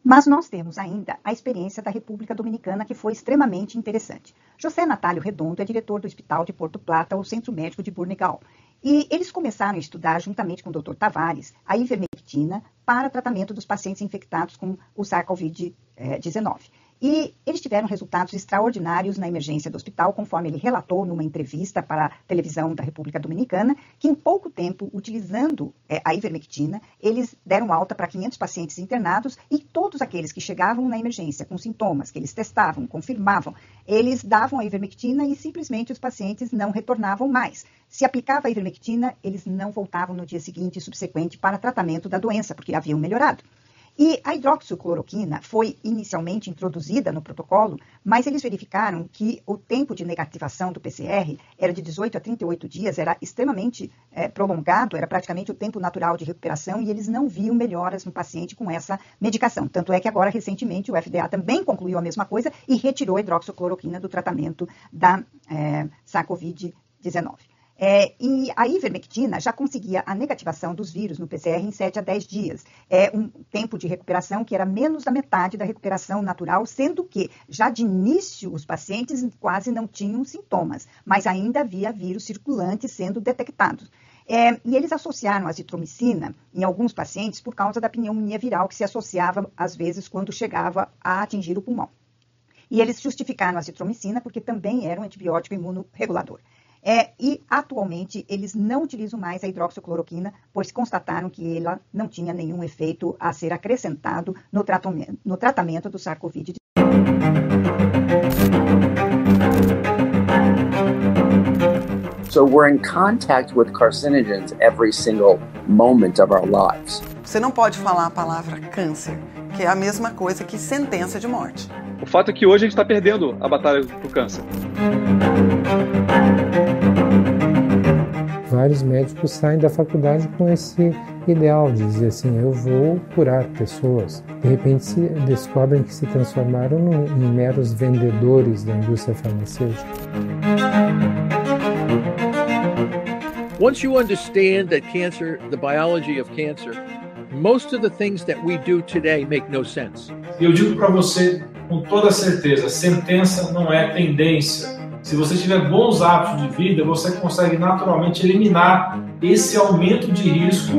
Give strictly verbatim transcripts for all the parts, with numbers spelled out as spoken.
Mas nós temos ainda a experiência da República Dominicana, que foi extremamente interessante. José Natálio Redondo é diretor do Hospital de Porto Plata, o Centro Médico de Burnegal. E eles começaram a estudar, juntamente com o doutor Tavares, a ivermectina para tratamento dos pacientes infectados com o SARS-CoV dezenove. E eles tiveram resultados extraordinários na emergência do hospital, conforme ele relatou numa entrevista para a televisão da República Dominicana, que em pouco tempo, utilizando é, a ivermectina, eles deram alta para quinhentos pacientes internados e todos aqueles que chegavam na emergência com sintomas, que eles testavam, confirmavam, eles davam a ivermectina e simplesmente os pacientes não retornavam mais. Se aplicava a ivermectina, eles não voltavam no dia seguinte e subsequente para tratamento da doença, porque haviam melhorado. E a hidroxicloroquina foi inicialmente introduzida no protocolo, mas eles verificaram que o tempo de negativação do P C R era de dezoito a trinta e oito dias, era extremamente é, prolongado, era praticamente o tempo natural de recuperação e eles não viam melhoras no paciente com essa medicação. Tanto é que agora, recentemente, o F D A também concluiu a mesma coisa e retirou a hidroxicloroquina do tratamento da é, SARS-CoV dezenove. É, e a ivermectina já conseguia a negativação dos vírus no P C R em sete a dez dias. É um tempo de recuperação que era menos da metade da recuperação natural, sendo que já de início os pacientes quase não tinham sintomas, mas ainda havia vírus circulante sendo detectados. É, e eles associaram a azitromicina em alguns pacientes por causa da pneumonia viral que se associava às vezes quando chegava a atingir o pulmão. E eles justificaram a azitromicina porque também era um antibiótico imunorregulador. É, e, atualmente, eles não utilizam mais a hidroxicloroquina, pois constataram que ela não tinha nenhum efeito a ser acrescentado no tratamento, no tratamento do SARS-CoV. So we're in contact with carcinogens every single moment of our lives. Você não pode falar a palavra câncer, que é a mesma coisa que sentença de morte. O fato é que hoje a gente está perdendo a batalha pro câncer. Vários médicos saem da faculdade com esse ideal de dizer assim, eu vou curar pessoas. De repente se descobrem que se transformaram no, em meros vendedores da indústria farmacêutica. Once you understand that cancer, the biology of cancer, most of the things that we do today make no sense. Eu digo para você com toda certeza, sentença não é tendência. Se você tiver bons hábitos de vida, você consegue naturalmente eliminar esse aumento de risco.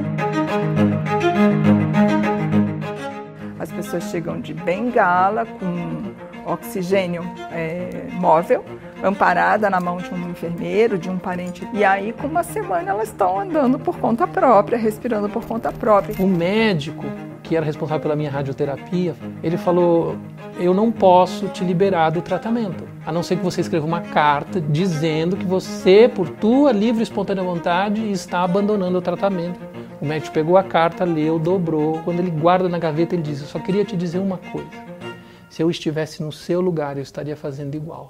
As pessoas chegam de bengala, com oxigênio é, móvel, amparada na mão de um enfermeiro, de um parente. E aí, com uma semana, elas estão andando por conta própria, respirando por conta própria. O médico, que era responsável pela minha radioterapia, ele falou, eu não posso te liberar do tratamento, a não ser que você escreva uma carta dizendo que você, por tua livre e espontânea vontade, está abandonando o tratamento. O médico pegou a carta, leu, dobrou. Quando ele guarda na gaveta, ele diz, eu só queria te dizer uma coisa. Se eu estivesse no seu lugar, eu estaria fazendo igual.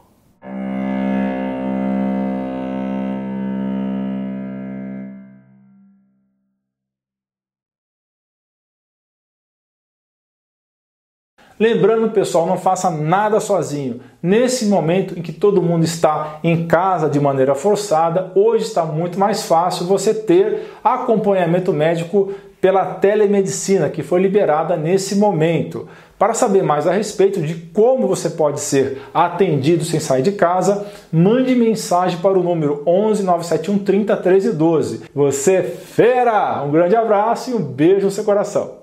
Lembrando, pessoal, não faça nada sozinho. Nesse momento em que todo mundo está em casa de maneira forçada, hoje está muito mais fácil você ter acompanhamento médico pela telemedicina, que foi liberada nesse momento. Para saber mais a respeito de como você pode ser atendido sem sair de casa, mande mensagem para o número onze nove sete um trinta treze doze. Você é fera! Um grande abraço e um beijo no seu coração.